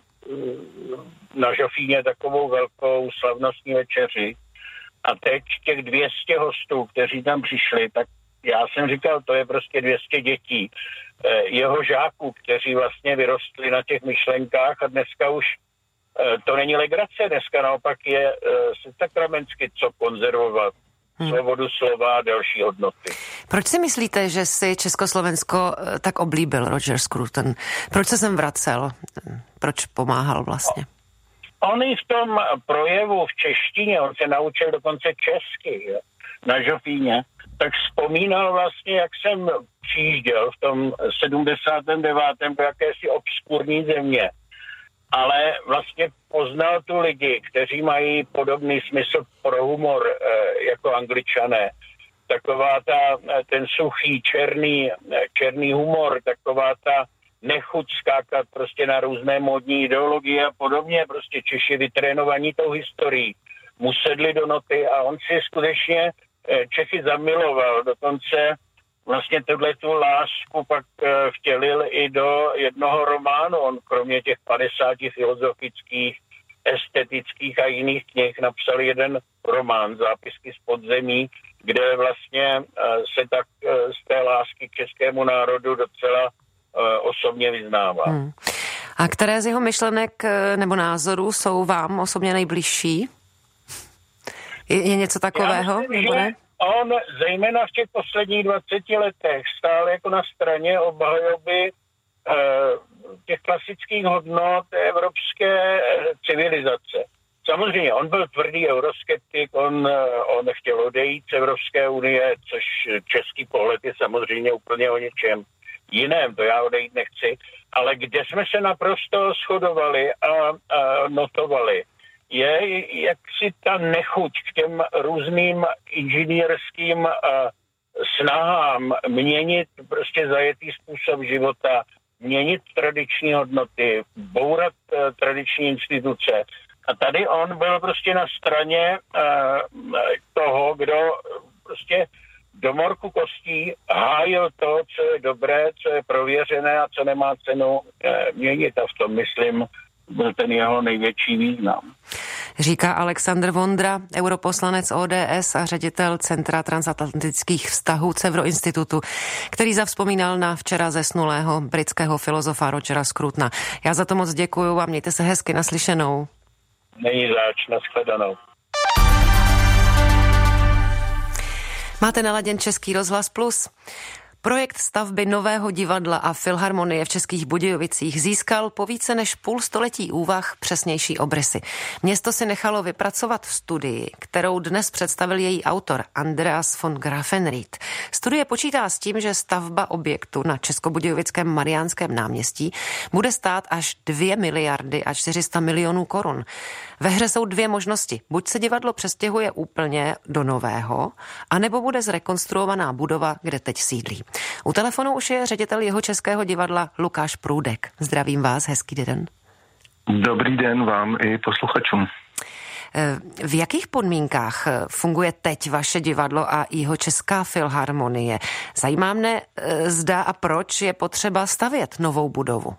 na Žofíně takovou velkou slavnostní večeři. A teď těch 200 hostů, kteří tam přišli, tak já jsem říkal, to je prostě 200 dětí. Jeho žáků, kteří vlastně vyrostli na těch myšlenkách a dneska už to není legrace, dneska naopak je sakramensky co konzervovat. Svobodu slova a další hodnoty. Proč si myslíte, že si Československo tak oblíbil Roger Scruton? Proč se sem vracel? Proč pomáhal vlastně? On i v tom projevu v češtině, on se naučil dokonce česky, jo, na Žofíně, tak vzpomínal vlastně, jak jsem přijížděl v tom 79. do jakési obskurní země. Ale vlastně poznal tu lidi, kteří mají podobný smysl pro humor jako Angličané. Taková ten suchý, černý humor, taková ta nechuť skákat prostě na různé módní ideologie a podobně. Prostě Češi vytrénovaní tou historií mu sedli do noty a on si skutečně Čechy zamiloval. Dokonce vlastně tu lásku pak vtělil i do jednoho románu. On kromě těch 50 filozofických, estetických a jiných knih napsal jeden román, Zápisky z podzemí, kde vlastně se tak z té lásky k českému národu docela osobně vyznává. A které z jeho myšlenek nebo názorů jsou vám osobně nejbližší? Je něco takového? Nebo ne? On zejména v těch posledních 20 letech stál jako na straně obhajoby těch klasických hodnot evropské civilizace. Samozřejmě, on byl tvrdý euroskeptik, on chtěl odejít z Evropské unie, což český pohled je samozřejmě úplně o něčem jiném, to já odejít nechci, ale kde jsme se naprosto shodovali a notovali, je jaksi ta nechuť k těm různým inženýrským snahám měnit prostě zajetý způsob života, měnit tradiční hodnoty, bourat tradiční instituce. A tady on byl prostě na straně toho, kdo prostě do morku kostí hájil to, co je dobré, co je prověřené a co nemá cenu měnit. A v tom, myslím, byl ten jeho největší význam. Říká Alexandr Vondra, europoslanec ODS a ředitel Centra transatlantických vztahů Cevro institutu, který zavzpomínal na včera zesnulého britského filozofa Rogera Scrutona. Já za to moc děkuju a mějte se hezky, naslyšenou. Není zač, nashledanou. Máte naladěn Český rozhlas Plus. Projekt stavby nového divadla a filharmonie v Českých Budějovicích získal po více než půl století úvah přesnější obrysy. Město si nechalo vypracovat studii, kterou dnes představil její autor Andreas von Grafenried. Studie počítá s tím, že stavba objektu na Českobudějovickém Mariánském náměstí bude stát až 2 miliardy a 400 milionů korun. Ve hře jsou dvě možnosti. Buď se divadlo přestěhuje úplně do nového, anebo bude zrekonstruovaná budova, kde teď sídlí. U telefonu už je ředitel Jihočeského divadla Lukáš Průdek. Zdravím vás, hezký den. Dobrý den vám i posluchačům. V jakých podmínkách funguje teď vaše divadlo a Jihočeská filharmonie? Zajímá mne, zda a proč je potřeba stavět novou budovu.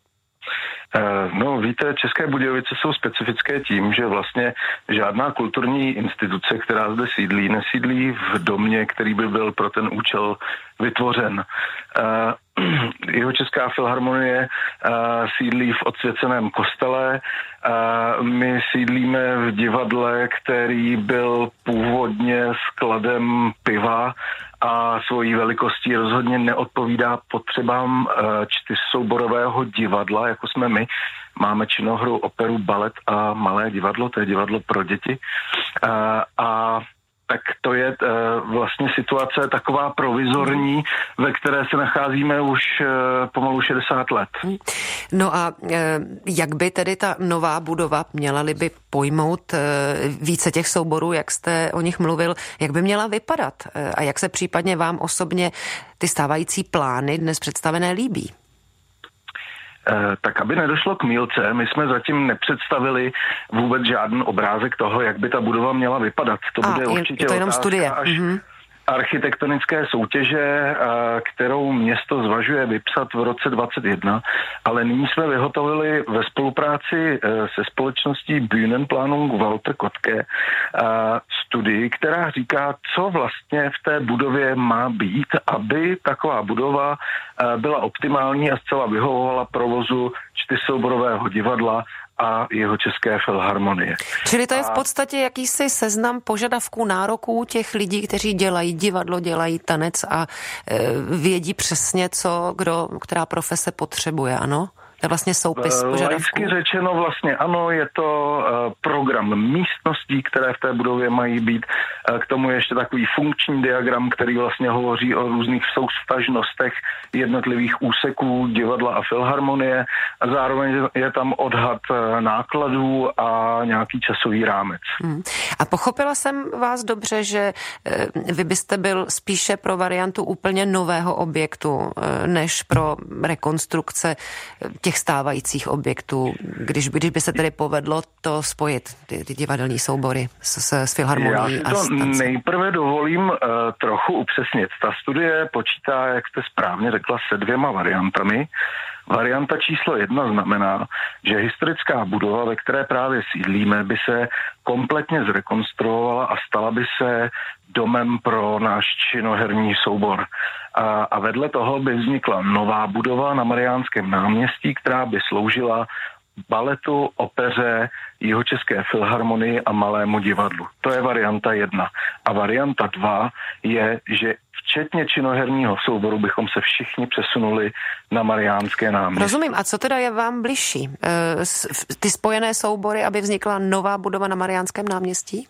No víte, České Budějovice jsou specifické tím, že vlastně žádná kulturní instituce, která zde sídlí, nesídlí v domě, který by byl pro ten účel vytvořen. Jihočeská filharmonie sídlí v odsvěceném kostele. My sídlíme v divadle, který byl původně skladem piva a svojí velikostí rozhodně neodpovídá potřebám čtyřsouborového divadla, jako jsme my. Máme činohru, operu, balet a malé divadlo, to je divadlo pro děti. A tak to je vlastně situace taková provizorní, ve které se nacházíme už pomalu 60 let. No a jak by tedy ta nová budova, měla-li by pojmout více těch souborů, jak jste o nich mluvil, jak by měla vypadat a jak se případně vám osobně ty stávající plány dnes představené líbí? Tak aby nedošlo k mýlce, my jsme zatím nepředstavili vůbec žádný obrázek toho, jak by ta budova měla vypadat. To bude určitě to jenom studie. Architektonické soutěže, kterou město zvažuje vypsat v roce 2021, ale nyní jsme vyhotovili ve spolupráci se společností Bühnenplanung Walter Kottke studii, která říká, co vlastně v té budově má být, aby taková budova byla optimální a zcela vyhovovala provozu čtyřsouborového divadla a jeho České filharmonie. Čili to je v podstatě jakýsi seznam požadavků, nároků těch lidí, kteří dělají divadlo, dělají tanec a vědí přesně, co která profese potřebuje, ano? To je vlastně soupis požadavků. Laicky řečeno vlastně ano, je to program místností, které v té budově mají být. K tomu je ještě takový funkční diagram, který vlastně hovoří o různých souvztažnostech jednotlivých úseků divadla a filharmonie. A zároveň je tam odhad nákladů a nějaký časový rámec. A pochopila jsem vás dobře, že vy byste byl spíše pro variantu úplně nového objektu, než pro rekonstrukce těch stávajících objektů, když by se tedy povedlo to spojit, ty divadelní soubory s filharmonií. Já si to nejprve dovolím trochu upřesnit. Ta studie počítá, jak jste správně řekla, se 2 variantami. Varianta číslo 1 znamená, že historická budova, ve které právě sídlíme, by se kompletně zrekonstruovala a stala by se domem pro náš činoherní soubor. A vedle toho by vznikla nová budova na Mariánském náměstí, která by sloužila baletu, opeře, Jihočeské filharmonii a Malému divadlu. To je varianta 1. A varianta 2 je, že včetně činoherního souboru bychom se všichni přesunuli na Mariánské náměstí. Rozumím. A co teda je vám bližší? Ty spojené soubory, aby vznikla nová budova na Mariánském náměstí?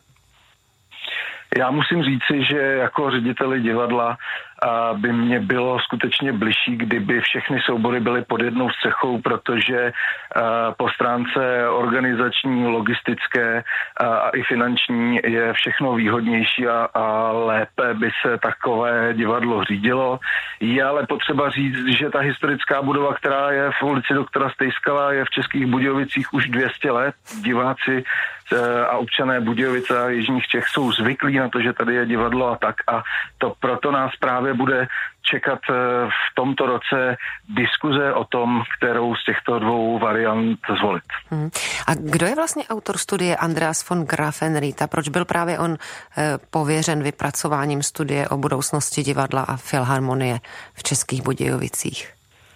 Já musím říci, že jako řediteli divadla by mě bylo skutečně bližší, kdyby všechny soubory byly pod jednou střechou, protože po stránce organizační, logistické a i finanční je všechno výhodnější a lépe by se takové divadlo řídilo. Je ale potřeba říct, že ta historická budova, která je v ulici doktora Stejskala, je v Českých Budějovicích už 200 let. Diváci a občané Budějovice a jižních Čech jsou zvyklí na to, že tady je divadlo a tak, a to proto nás právě bude čekat v tomto roce diskuze o tom, kterou z těchto 2 variant zvolit. A kdo je vlastně autor studie Andreas von Grafenried a proč byl právě on pověřen vypracováním studie o budoucnosti divadla a filharmonie v Českých Budějovicích?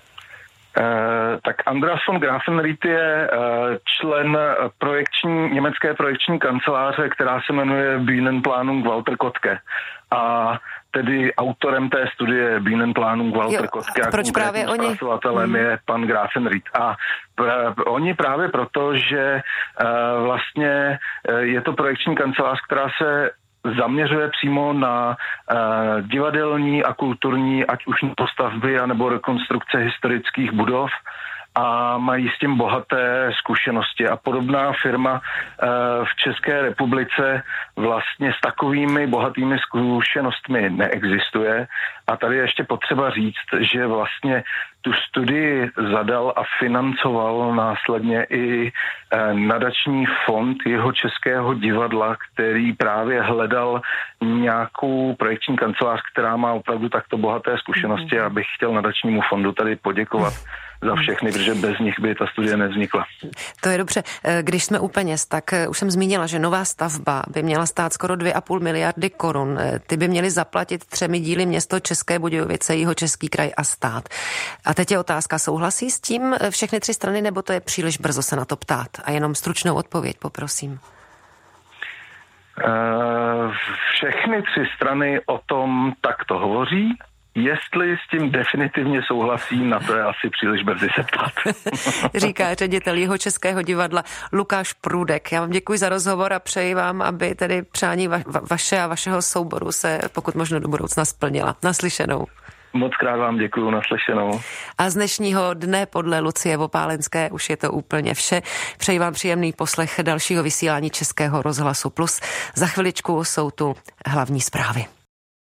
Tak Andreas von Grafenried je člen německé projekční kanceláře, která se jmenuje Bühnenplanung Walter Kottke. A tedy autorem té studie Bühnenplanung Walter Kottke a konkrétním zpracovatelem je pan Grafenried. A oni právě proto, že vlastně je to projekční kancelář, která se zaměřuje přímo na divadelní a kulturní, ať už postavby, anebo rekonstrukce historických budov, a mají s tím bohaté zkušenosti. A podobná firma v České republice vlastně s takovými bohatými zkušenostmi neexistuje. A tady je ještě potřeba říct, že vlastně tu studii zadal a financoval následně i nadační fond Jihočeského divadla, který právě hledal nějakou projekční kancelář, která má opravdu takto bohaté zkušenosti. Já bych chtěl nadačnímu fondu tady poděkovat za všechny, protože bez nich by ta studie nevznikla. To je dobře. Když jsme u peněz, tak už jsem zmínila, že nová stavba by měla stát skoro 2,5 miliardy korun. Ty by měly zaplatit 3 díly město České Budějovice, Jihočeský kraj a stát. A teď je otázka, souhlasí s tím všechny 3 strany, nebo to je příliš brzo se na to ptát? A jenom stručnou odpověď, poprosím. Všechny 3 strany o tom takto hovoří. Jestli s tím definitivně souhlasím, na to je asi příliš brzy se ptát. Říká ředitel Jihočeského divadla Lukáš Průdek. Já vám děkuji za rozhovor a přeji vám, aby tedy přání vaše a vašeho souboru se pokud možno do budoucna splnila. Naslyšenou. Moc krát vám děkuju, naslyšenou. A z dnešního dne podle Lucie Vopálenské už je to úplně vše. Přeji vám příjemný poslech dalšího vysílání Českého rozhlasu Plus. Za chviličku jsou tu hlavní zprávy.